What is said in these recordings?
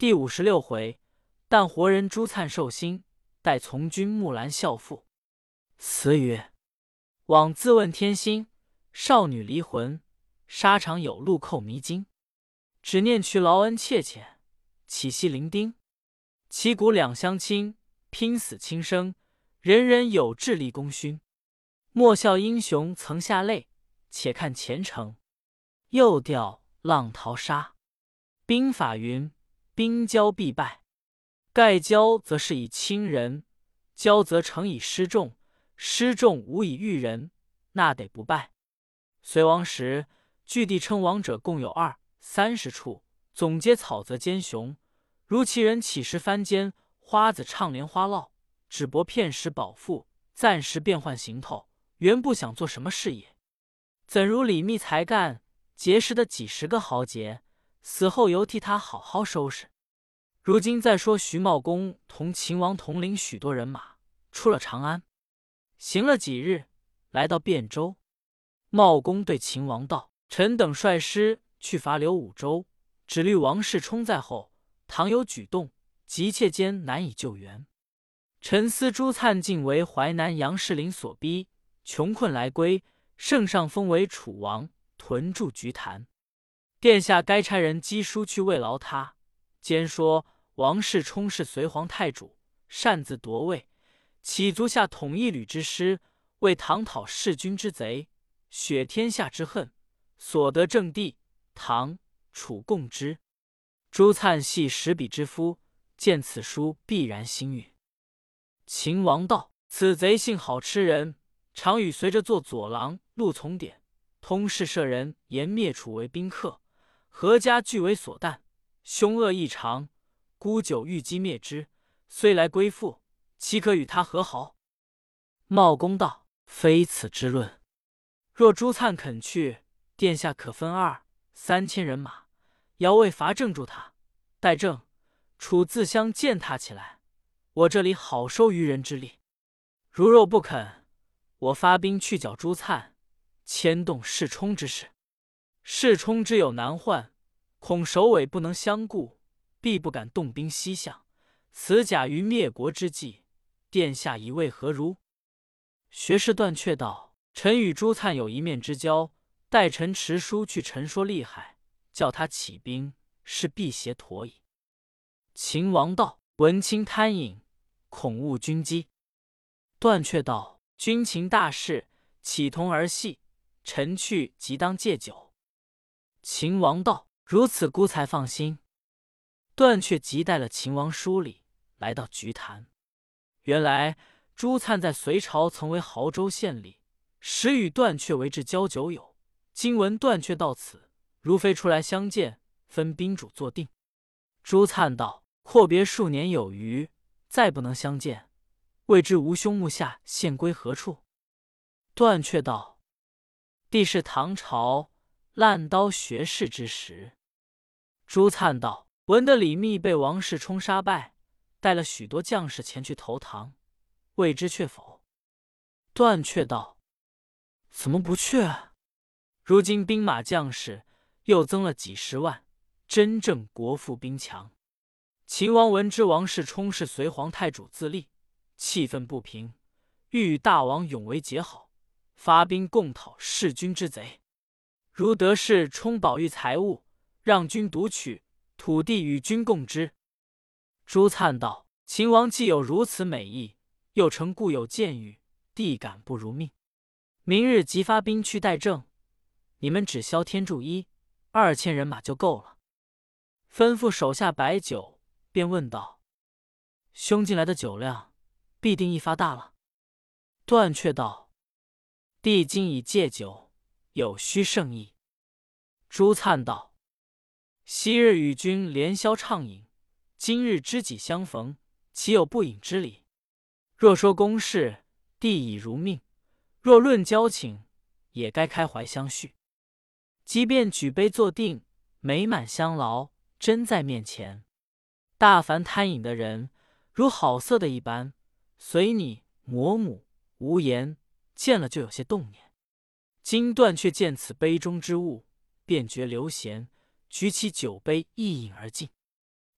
第56回，但活人朱粲寿星，待从军木兰孝妇。词曰：枉自问天心，少女离魂，沙场有路扣迷津。只念去劳恩切切，岂系伶仃。旗鼓两相亲，拼死亲生，人人有志立功勋。莫笑英雄曾下泪，且看前程。又调浪淘沙，兵法云：兵交必败。盖交则是以轻人，交则成以失众，失众无以御人，那得不败。隋王时，据地称王者共有20-30处，总皆草泽兼雄。如其人起时翻间，花子唱莲花落，只博片时饱腹，暂时变换行头，原不想做什么事业。怎如李密才干，结识的几十个豪杰，死后犹替他好好收拾。如今再说徐茂公同秦王统领许多人马，出了长安，行了几日，来到汴州。茂公对秦王道：臣等率师去伐刘武周，只虑王世充在后，倘有举动，急切间难以救援。臣思朱粲竟为淮南杨士林所逼，穷困来归，圣上封为楚王，屯驻菊坛。殿下该差人赍书去慰劳他，兼说王世充是隋皇太主，擅自夺位，岂足下统一旅之师，为唐讨弑君之贼，雪天下之恨，所得正地，唐楚共之。朱粲系识笔之夫，见此书必然心悦。秦王道：此贼性好吃人，常与随着做左郎陆从典、通事舍人言灭楚为宾客，何家俱为所惮，凶恶异常，孤久欲击灭之，虽来归附，岂可与他和好？茂公道：非此之论。若朱粲肯去，殿下可分2-3千人马，遥为伐郑助他。待郑，楚自相践踏起来，我这里好收渔人之力。如若不肯，我发兵去剿朱粲，牵动世充之事。世充之有难患，恐首尾不能相顾，必不敢动兵西向，此假于灭国之计，殿下以为何如？学士断却道：臣与朱粲有一面之交，待臣持书去陈说厉害，叫他起兵，是辟邪妥矣。秦王道：文卿贪饮，恐误军机。断却道：军情大事，岂同儿戏？臣去即当戒酒。秦王道：如此孤才放心。断却即带了秦王书礼，来到菊坛。原来朱粲在隋朝曾为亳州县吏，时与断却为至交酒友。今闻断却到此，如非出来相见，分宾主坐定。朱粲道：阔别数年有余，再不能相见，未知吾兄目下现归何处？断却道：帝是唐朝烂刀学士之时。朱粲道：闻得李密被王世充杀败，带了许多将士前去投唐，未知却否？断却道：怎么不却？如今兵马将士又增了几十万，真正国富兵强。秦王闻知王世充是隋皇太主自立，气愤不平，欲与大王永为结好，发兵共讨弑君之贼。如得世充宝玉财物，让君独取，土地与君共之。朱粲道：秦王既有如此美意，又承固有见谕，帝感不如命。明日即发兵去待郑，你们只消天助1-2千人马就够了。吩咐手下摆酒，便问道：兄进来的酒量，必定一发大了。断却道：帝今已戒酒，有须胜意。朱粲道：昔日与君连宵畅饮，今日知己相逢，岂有不饮之理？若说公事，帝已如命；若论交情，也该开怀相叙。即便举杯坐定，美满相劳，真在面前。大凡贪饮的人，如好色的一般，随你磨母无言，见了就有些动念。今断却见此杯中之物，便觉流涎，举起酒杯一饮而尽。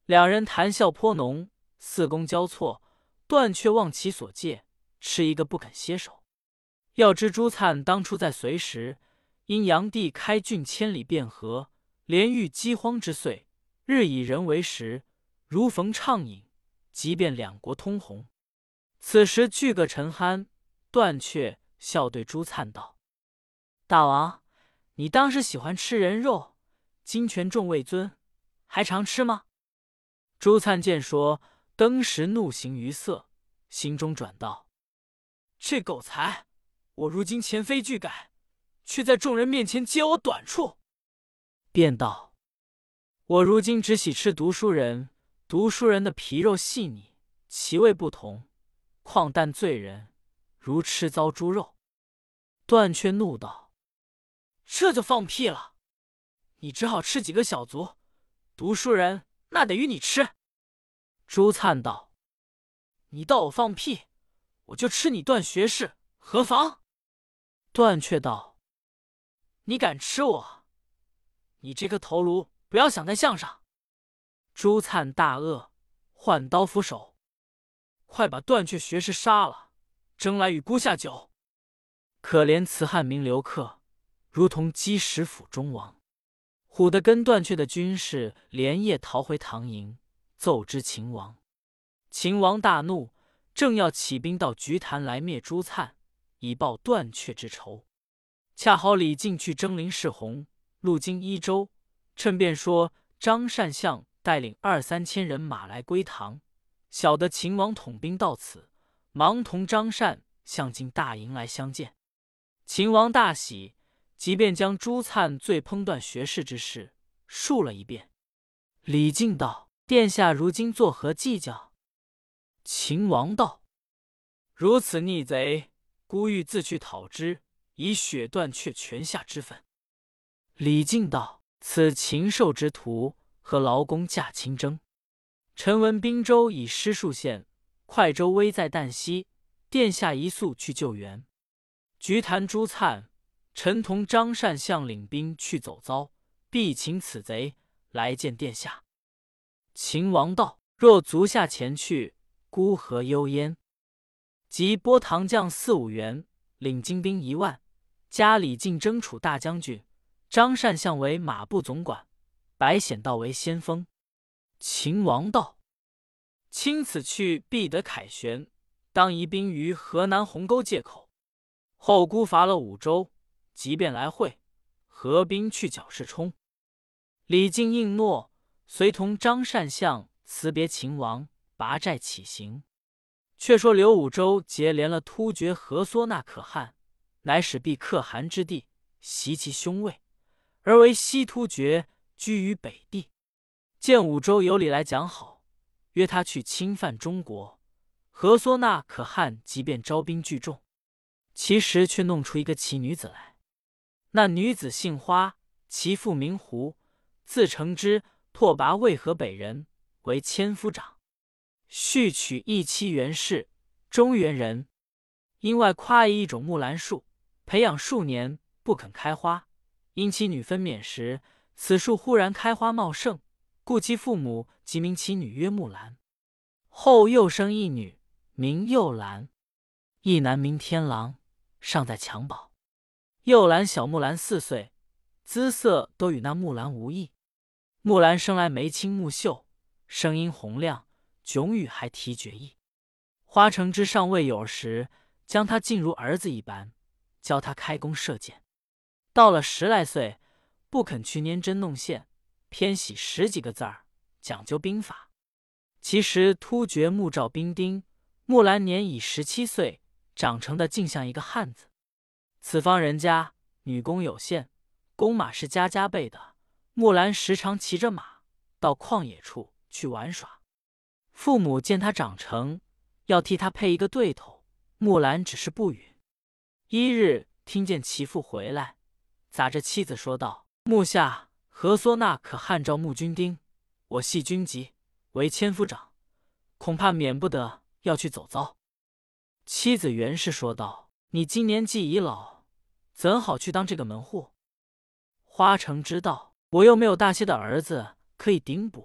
两人谈笑颇浓，四公交错，段却忘其所戒，吃一个不肯歇手。要知朱粲当初在隋时，因炀帝开郡千里汴河，连遇饥荒之岁，日以人为食，如逢畅饮，即便两国通红。此时聚个沉酣，段却笑对朱粲道：“大王，你当时喜欢吃人肉，金泉众位尊，还常吃吗？”朱粲见说，登时怒形于色，心中转道：“这狗才！我如今前非俱改，却在众人面前揭我短处。”便道：“我如今只喜吃读书人，读书人的皮肉细腻，其味不同，况但罪人如吃糟猪肉。”段却怒道：“这就放屁了！你只好吃几个小卒，读书人那得与你吃。”朱粲道：“你道我放屁，我就吃你段学士，何妨？”段却道：“你敢吃我，你这颗头颅不要想在项上。”朱粲大愕，唤刀斧手：“快把段却学士杀了，蒸来与孤下酒。”可怜慈汉名刘克，如同鸡食府中王，唬得跟段却的军士连夜逃回唐营，奏知秦王。秦王大怒，正要起兵到菊坛来灭朱粲，以报段却之仇。恰好李靖去征临士弘，路经伊州，趁便说张善相带领2、3千人马来归唐，晓得秦王统兵到此，忙同张善相进大营来相见。秦王大喜，即便将朱粲罪烹断学士之事述了一遍。李靖道：“殿下如今作何计较？”秦王道：“如此逆贼，孤欲自去讨之，以雪断却泉下之分。”李靖道：“此禽兽之徒，和劳公驾亲征？臣闻滨州已失数县，快州危在旦夕，殿下一速去救援。菊坛朱粲，臣同张善相领兵去走遭，必擒此贼，来见殿下。”秦王道：“若足下前去，孤何忧焉？”即拨唐将4、5员，领精兵1万，加李靖征楚大将军，张善相为马步总管，白显道为先锋。秦王道：“卿此去必得凯旋，当移兵于河南鸿沟界口。后孤伐了5州，即便来会，合兵去剿世充。”李靖应诺，随同张善相辞别秦王，拔寨起行。却说刘武周结连了突厥和缩那可汗，乃使避可汗之地，袭其兄位，而为西突厥，居于北地。见武周有礼来讲好，约他去侵犯中国。和缩那可汗即便招兵聚众，其实却弄出一个奇女子来。那女子姓花，其父名胡，字承之，拓跋渭河北人，为千夫长。续娶义妻袁氏，中原人。因外夸以一种木兰树，培养数年，不肯开花。因其女分娩时，此树忽然开花茂盛，故其父母即名其女曰木兰。后又生一女，名幼兰；一男名天狼，尚在襁褓。幼兰小木兰4岁，姿色都与那木兰无异。木兰生来眉清目秀，声音洪亮，迥语还提绝意。花承之尚未有时，将他敬如儿子一般，教他开弓射箭。到了10来岁，不肯去拈针弄线，偏喜10几个字儿，讲究兵法。其实突厥木照兵丁，木兰年已17岁，长成的竟像一个汉子。此方人家女工有限，弓马是家家备的。木兰时常骑着马到旷野处去玩耍。父母见他长成，要替他配一个对头，木兰只是不允。一日听见其父回来，砸着妻子说道：“目下和缩那可汗召募军丁，我系军籍，为千夫长，恐怕免不得要去走遭。”妻子袁氏说道：“你今年纪已老，怎好去当这个门户？”花承之道：“我又没有大些的儿子可以顶补，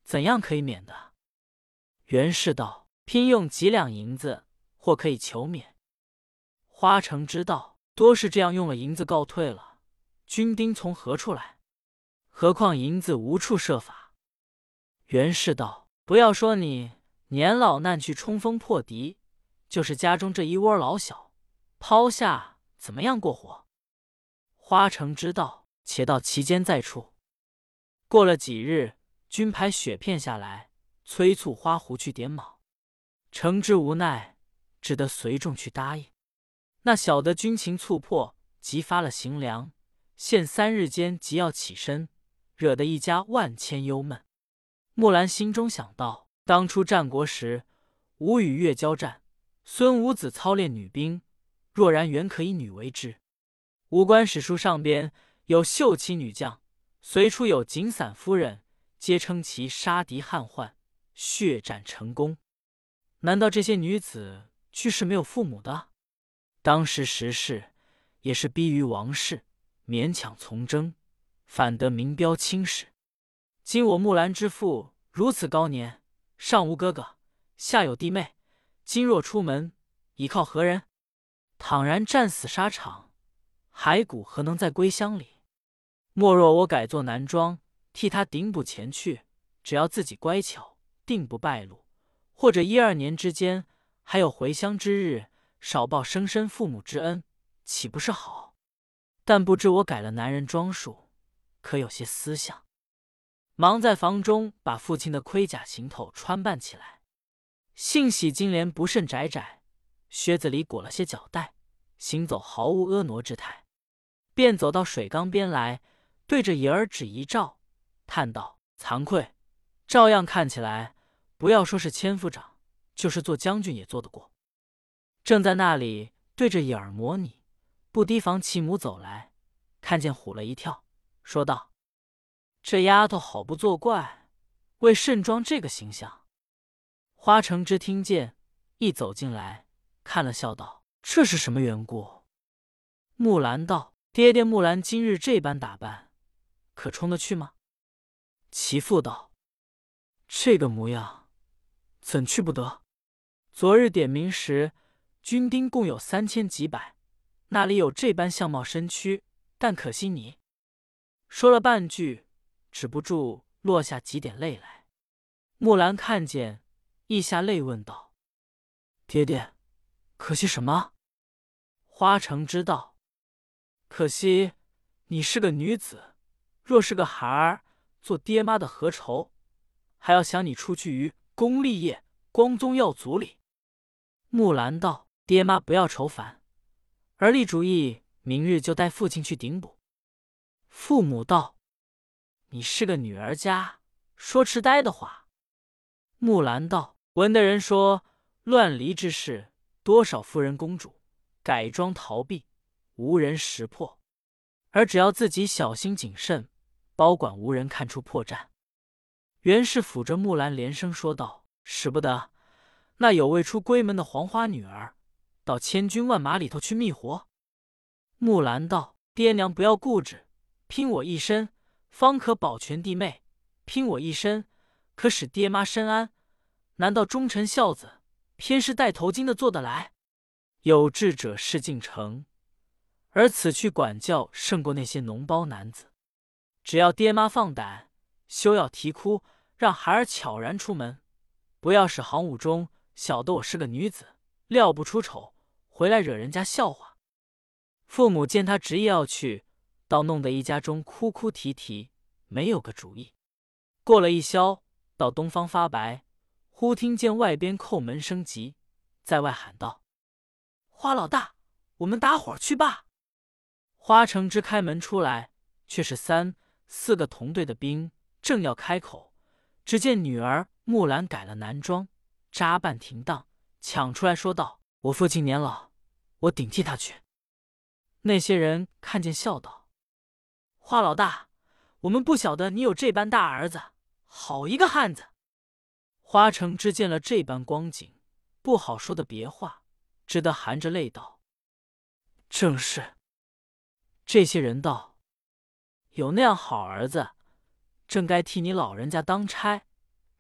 怎样可以免的？”袁氏道：“拼用几两银子，或可以求免。”花城之道：“多是这样用了银子告退了，军丁从何处来？何况银子无处设法。”袁氏道：“不要说你年老难去冲锋破敌，就是家中这一窝老小，抛下怎么样过活？”花城之道：“且到其间再处。”过了几日，军牌雪片下来，催促花狐去点卯。程之无奈，只得随众去答应。那晓得军情猝迫，即发了行粮，限3日间即要起身，惹得一家万千忧闷。木兰心中想到，当初战国时，吾与越交战，孙武子操练女兵，若然原可以女为之。吴官史书上边有秀妻女将，随处有锦伞夫人，皆称其杀敌汉患，血战成功。难道这些女子去世没有父母的？当时时势也是逼于王室，勉强从征，反得名标青史。今我木兰之父如此高年，上无哥哥，下有弟妹，今若出门，倚靠何人？倘然战死沙场，骸骨何能再归乡里？莫若我改做男装，替他顶补前去，只要自己乖巧，定不败露。或者1、2年之间，还有回乡之日，少报生身父母之恩，岂不是好？但不知我改了男人装束，可有些思想。忙在房中把父亲的盔甲行头穿扮起来，幸喜金莲不甚窄窄，靴子里裹了些脚带，行走毫无婀娜之态。便走到水缸边来，对着影儿指一照，叹道：“惭愧，照样看起来，不要说是千夫长，就是做将军也做得过。”正在那里对着影儿模拟，不提防其母走来，看见唬了一跳，说道：“这丫头好不作怪，为甚装这个形象？”花城之听见，一走进来，看了笑道：“这是什么缘故？”木兰道：“爹爹，木兰今日这般打扮，可冲得去吗？”其父道：“这个模样，怎去不得？昨日点名时，军丁共有3000几百，那里有这般相貌身躯？但可惜你。”说了半句，止不住落下几点泪来。木兰看见，溢下泪问道：“爹爹，可惜什么？”花城知道：“可惜你是个女子，若是个孩儿，做爹妈的何愁？还要想你出去于功立业、光宗耀祖里。”木兰道：“爹妈不要愁烦，儿立主意，明日就带父亲去顶补。”父母道：“你是个女儿家，说痴呆的话。”木兰道：“闻的人说，乱离之事，多少夫人公主改装逃避，无人识破。而只要自己小心谨慎，保管无人看出破绽。”袁氏抚着木兰，连声说道：“使不得！那有未出闺门的黄花女儿，到千军万马里头去觅活。”木兰道：“爹娘不要固执，拼我一身，方可保全弟妹；拼我一身，可使爹妈身安。难道忠臣孝子，偏是戴头巾的做得来？有志者事竟成，而此去管教胜过那些脓包男子。只要爹妈放胆，休要啼哭，让孩儿悄然出门，不要使行伍中晓得我是个女子，料不出丑，回来惹人家笑话。”父母见他执意要去，倒弄得一家中哭哭啼啼，没有个主意。过了一宵，到东方发白，忽听见外边叩门声急，在外喊道：“花老大，我们打伙去吧！”花城之开门出来，却是3、4个同队的兵，正要开口，只见女儿木兰改了男装，扎扮停当，抢出来说道：“我父亲年老，我顶替他去。”那些人看见，笑道：“花老大，我们不晓得你有这般大儿子，好一个汉子！”花城之见了这般光景，不好说的别话，只得含着泪道：“正是。”这些人道：“有那样好儿子，正该替你老人家当差，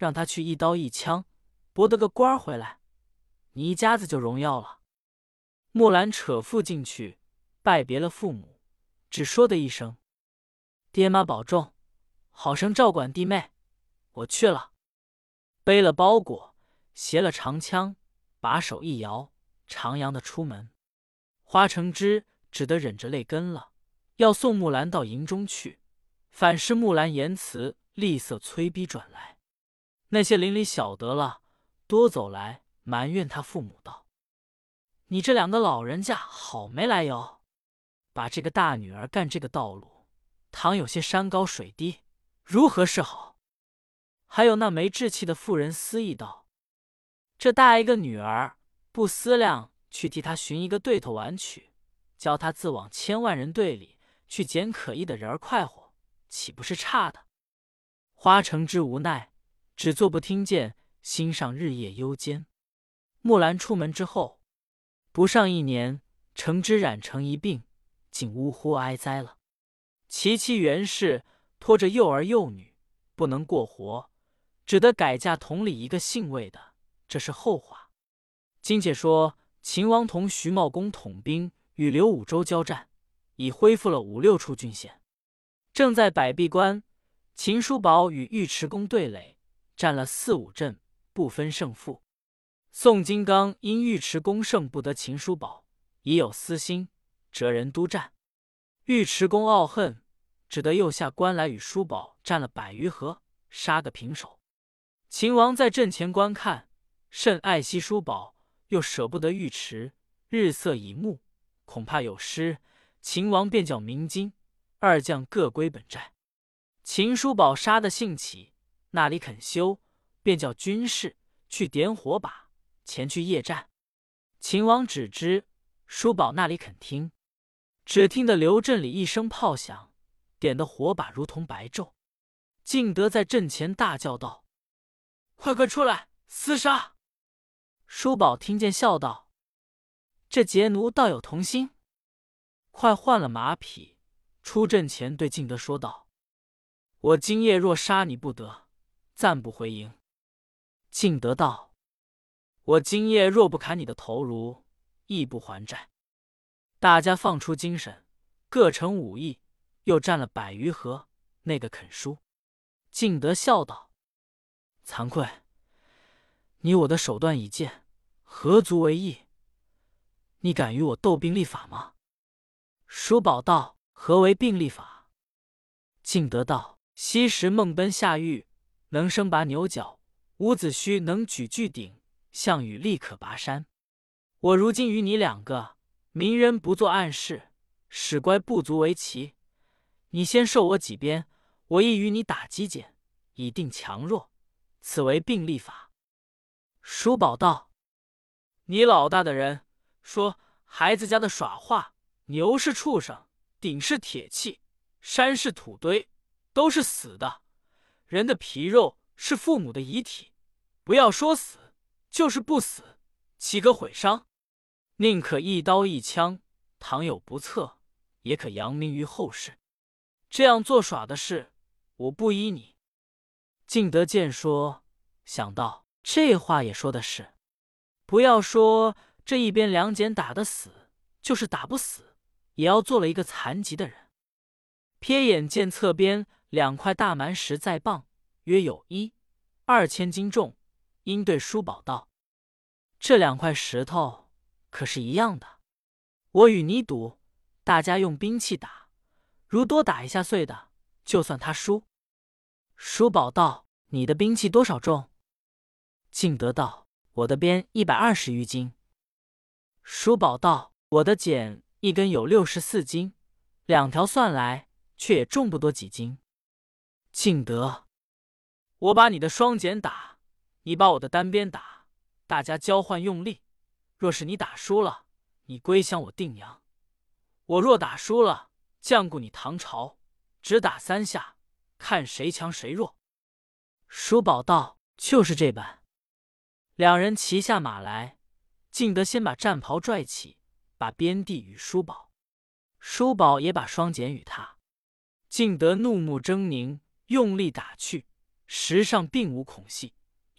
让他去一刀一枪搏得个官回来，你一家子就荣耀了。”木兰扯父进去，拜别了父母，只说的一声：“爹妈保重，好生照管弟妹，我去了。”背了包裹，携了长枪，把手一摇，徜徉的出门。花承之只得忍着泪跟了，要送木兰到营中去。反是木兰言辞厉色，催逼转来。那些邻里晓得了，多走来埋怨他父母道：“你这两个老人家好没来由，把这个大女儿干这个道路，倘有些山高水低，如何是好？”还有那没志气的妇人私议道：“这大一个女儿，不思量去替他寻一个对头挽娶，教他自往千万人队里去捡可疑的人儿快活，岂不是差的？”花承之无奈，只做不听见，心上日夜忧艰。木兰出门之后，不上1年，承之染成一病，竟呜呼哀哉了。其妻袁氏拖着幼儿幼女，不能过活，只得改嫁同里一个姓魏的，这是后话。今且说秦王同徐茂公统兵与刘武周交战，已恢复了5、6处郡县。正在百壁关，秦叔宝与尉迟恭对垒，战了4、5阵，不分胜负。宋金刚因尉迟恭胜不得秦叔宝，已有私心，折人督战。尉迟恭懊恨，只得又下关来与叔宝战了100余合，杀个平手。秦王在阵前观看，甚爱惜叔宝，又舍不得尉迟，日色已暮，恐怕有失，秦王便叫鸣金2将各归本寨。秦叔宝杀得兴起，那里肯休，便叫军士去点火把，前去夜战。秦王只知，叔宝那里肯听，只听得刘镇里一声炮响，点的火把如同白昼。敬德在阵前大叫道：“快快出来，厮杀！”叔宝听见，笑道：“这劫奴倒有童心。”快换了马匹，出阵前对敬德说道：“我今夜若杀你不得，暂不回营。”敬德道：“我今夜若不砍你的头颅，亦不还债。”大家放出精神，各成武艺，又战了100余合，那个肯输。敬德笑道：“惭愧，你我的手段已见，何足为意？你敢与我斗并立法吗？”叔宝道：“何为并立法？”敬德道：“昔时孟奔下狱，能生拔牛角；伍子胥能举巨鼎，项羽力可拔山。我如今与你2个，明人不做暗事，使乖不足为奇。你先受我几鞭，我亦与你打几剪，以定强弱，此为并立法。”叔宝道：“你老大的人说孩子家的耍话，牛是畜生，鼎是铁器，山是土堆，都是死的。人的皮肉是父母的遗体，不要说死，就是不死，岂可毁伤？宁可一刀一枪，倘有不测，也可扬名于后世。这样做耍的事，我不依你。”敬德见说，想到这话也说的是，不要说这一边2剪打得死，就是打不死，也要做了一个残疾的人。瞥眼见侧边2块大蛮石在棒，约有1、2千斤重，因对叔宝道：“这2块石头可是一样的，我与你赌，大家用兵器打，如多打一下碎的，就算他输。”叔宝道：“你的兵器多少重？”敬德道：“我的鞭120余斤。”叔宝道：“我的剪一根有64斤，2条算来，却也重不多几斤。”敬德：“我把你的双剪打，你把我的单鞭打，大家交换用力。若是你打输了，你归降我定阳；我若打输了，降顾你唐朝，只打3下，看谁强谁弱。”叔宝道：“就是这般。”2人骑下马来，敬德先把战袍拽起，把鞭递与叔宝，叔宝也把双锏与他。敬德怒目狰狞，用力打去，石上并无孔隙。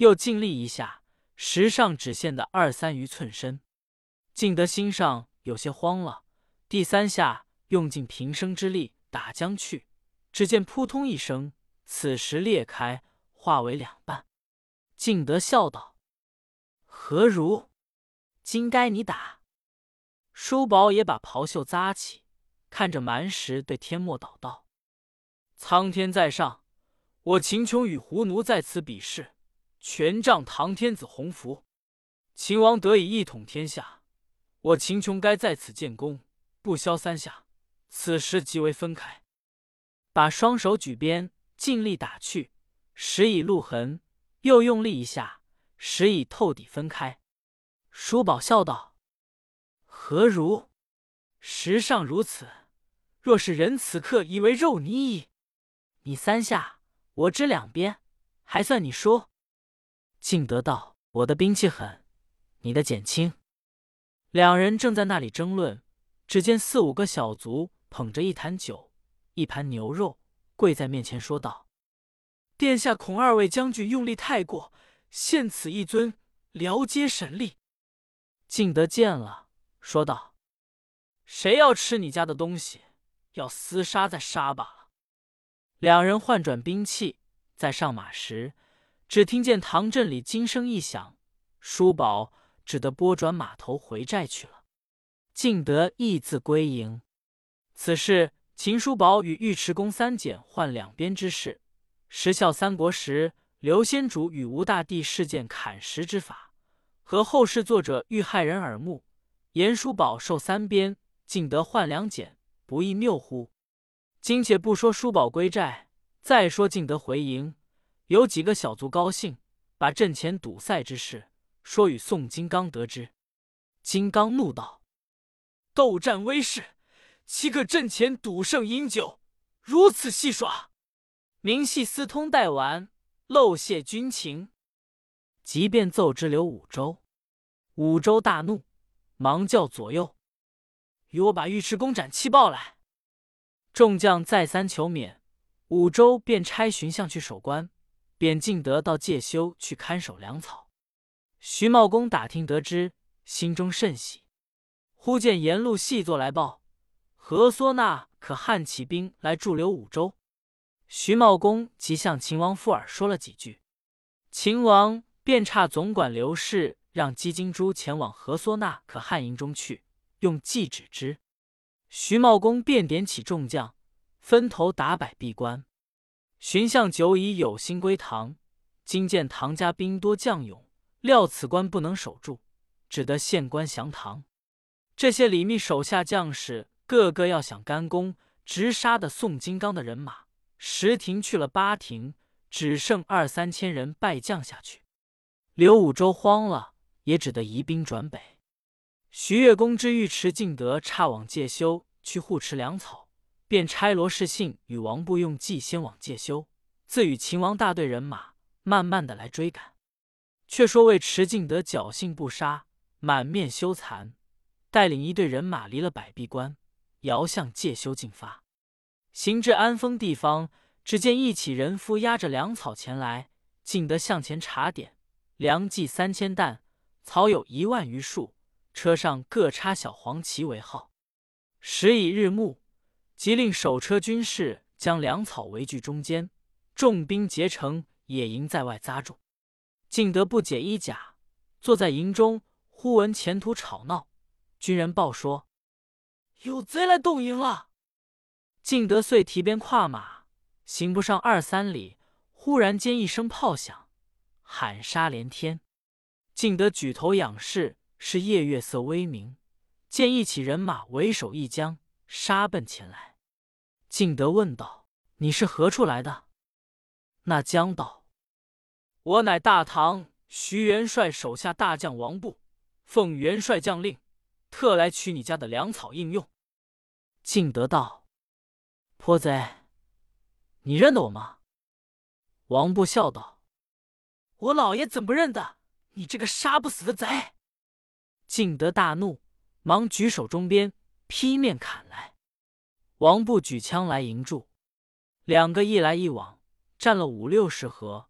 又尽力一下，石上只陷得2-3余寸深。敬德心上有些慌了，第3下用尽平生之力打将去，只见扑通一声，此时裂开，化为2半。敬德笑道：“何如？今该你打。”叔宝也把袍袖扎起，看着蛮石，对天默祷道：“苍天在上，我秦琼与胡奴在此比试，全仗唐天子洪福，秦王得以一统天下。我秦琼该在此建功，不消3下，此时即为分开。”把双手举鞭，尽力打去，时已露痕，又用力一下，时已透底分开。叔宝笑道：“何如？石上如此，若是人此刻已为肉泥矣。你3下，我支2边，还算你说。”敬德道：“我的兵器狠，你的减轻。”2人正在那里争论，只见4、5个小卒捧着一坛酒、一盘牛肉，跪在面前说道：“殿下恐2位将军用力太过，现此一尊，辽街审理。”敬德见了，说道：“谁要吃你家的东西，要厮杀再杀罢了。”2人换转兵器，在上马时，只听见堂阵里惊声一响，叔宝只得拨转马头回寨去了。敬德亦自归营。此事秦叔宝与尉迟恭3简换2边之事，时效三国时刘先主与吴大帝事件砍石之法，和后世作者欲骇人耳目。严叔宝受3边，敬德换2简，不亦谬乎？今且不说叔宝归寨，再说敬德回营，有几个小卒高兴，把阵前堵塞之事说与宋金刚得知。金刚怒道：“斗战威势，岂可阵前赌胜饮酒，如此戏耍？明系私通代玩，漏泄军情。”即便奏之刘武周。武周大怒，忙叫左右：“与我把尉迟恭斩气报来。”众将再三求免，武周便差荀相去守关，贬敬德到介休去看守粮草。徐茂公打听得知，心中甚喜。忽见沿路细作来报，何缩那可汉起兵来助刘武周。徐茂公即向秦王附耳说了几句，秦王便差总管刘氏让姬金珠前往何缩那可汗营中去，用计止之。徐茂公便点起众将，分头打百闭关。荀相久已有心归唐，今见唐家兵多将勇，料此关不能守住，只得献关降唐。这些李密手下将士个个要想干攻，直杀的宋金刚的人马10亭去了8亭，只剩2-3千人败将下去。刘武周慌了，也只得移兵转北。徐越公知尉迟敬德差往介休去护持粮草，便差罗士信与王布用计先往介休，自与秦王大队人马慢慢的来追赶。却说为迟敬德侥幸不杀，满面羞惭，带领一队人马离了百闭关，遥向介休进发。行至安丰地方，只见一起人夫押着粮草前来，敬德向前查点，粮计3000担，草有1万余束，车上各插小黄旗为号。时已日暮，即令守车军士将粮草围聚中间，重兵结成，野营在外扎住。敬德不解衣甲，坐在营中，忽闻前途吵闹，军人报说有贼来动营了。敬德遂提鞭跨马，行不上2-3里，忽然间一声炮响，喊杀连天。敬德举头仰视，是夜月色微明，见一起人马为首一将，杀奔前来。敬德问道：“你是何处来的？”那将道：“我乃大唐徐元帅手下大将王布，奉元帅将令，特来取你家的粮草应用。”敬德道：“泼贼，你认得我吗？”王布笑道：“我老爷怎不认得你这个杀不死的贼？”敬德大怒，忙举手中鞭，劈面砍来。王布举枪来迎住，2个一来一往，战了50-60合。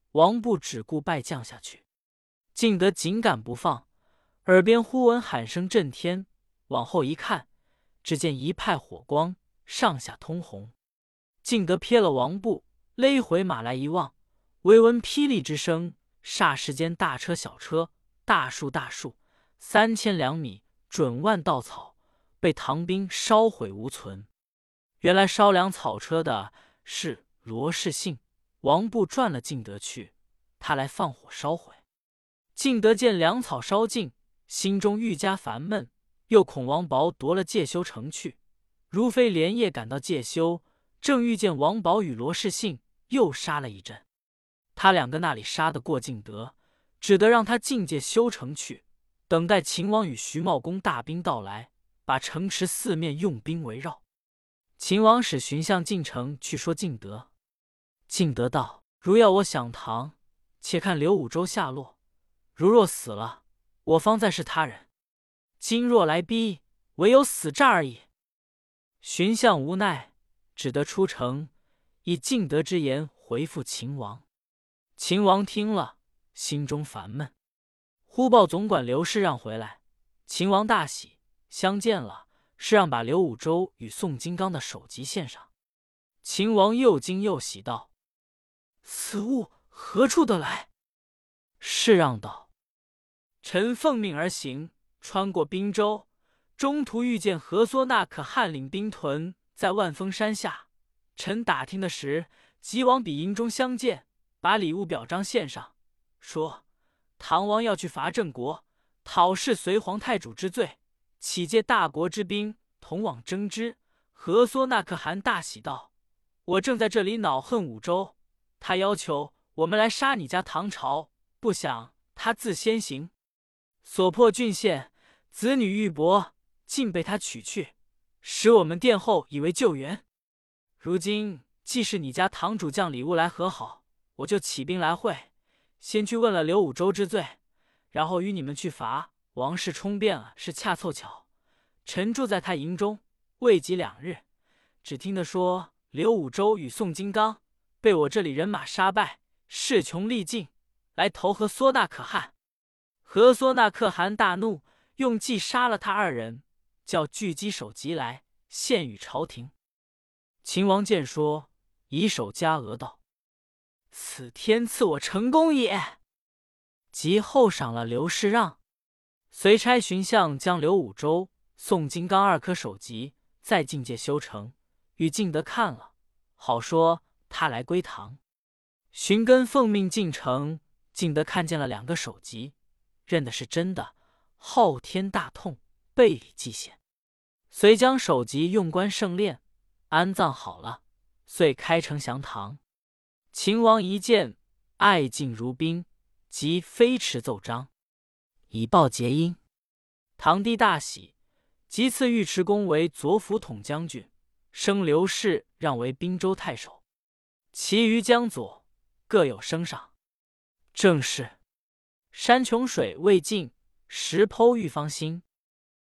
王布只顾拜降下去。敬德紧赶不放，耳边忽闻喊声震天，往后一看，只见一派火光，上下通红。敬德瞥了王布，勒回马来一望，唯闻霹雳之声，霎时间大车小车，大树大树，3000两米，准万稻草，被唐兵烧毁无存。原来烧粮草车的是罗士信，王布赚了敬德去，他来放火烧毁。敬德见粮草烧尽，心中愈加烦闷，又恐王宝夺了介休城去，如飞连夜赶到介休，正遇见王宝与罗士信又杀了一阵。他两个那里杀得过敬德，只得让他进介休城去，等待秦王与徐茂公大兵到来，把城池四面用兵围绕。秦王使荀相进城去说敬德。敬德道：如要我想唐，且看刘武周下落，如若死了，我方再是他人；今若来逼，唯有死战而已。荀相无奈，只得出城，以敬德之言回复秦王。秦王听了，心中烦闷。忽报总管刘氏让回来，秦王大喜，相见了，是让把刘武周与宋金刚的首级献上。秦王又惊又喜道：此物何处得来？是让道：臣奉命而行，穿过滨州，中途遇见何缩那可汗领兵屯在万峰山下。臣打听的时，即往彼营中相见，把礼物表彰献上，说唐王要去伐郑国，讨是隋皇太主之罪，启借大国之兵，同往征之。何缩那可汗大喜道：我正在这里恼恨武周，他要求我们来杀你家唐朝，不想他自先行，所破郡县，子女玉帛尽被他取去，使我们殿后以为救援。如今既是你家堂主将礼物来和好，我就起兵来会，先去问了刘武周之罪，然后与你们去伐。王氏冲变了，是恰凑巧。臣住在他营中，未及2日，只听得说刘武周与宋金刚被我这里人马杀败，势穷力尽，来投何缩那可汗。何缩那可汗大怒，用计杀了他2人，叫聚击首级来献与朝廷。秦王见说，以手加额道：此天赐我成功也。即厚赏了刘氏让，遂差荀相将刘武周、宋金刚2颗首级再进介休城，与敬德看了，好说他来归唐。荀根奉命进城，敬德看见了2个首级，认的是真的，昊天大痛，背里祭献，遂将首级用棺圣殓，安葬好了，遂开城降唐。秦王一见，爱敬如宾，即飞驰奏章，以报结姻。唐帝大喜，即赐尉迟恭为左辅统将军，升刘氏让为滨州太守，其余江左各有升赏。正是山穷水未尽，石剖玉方新。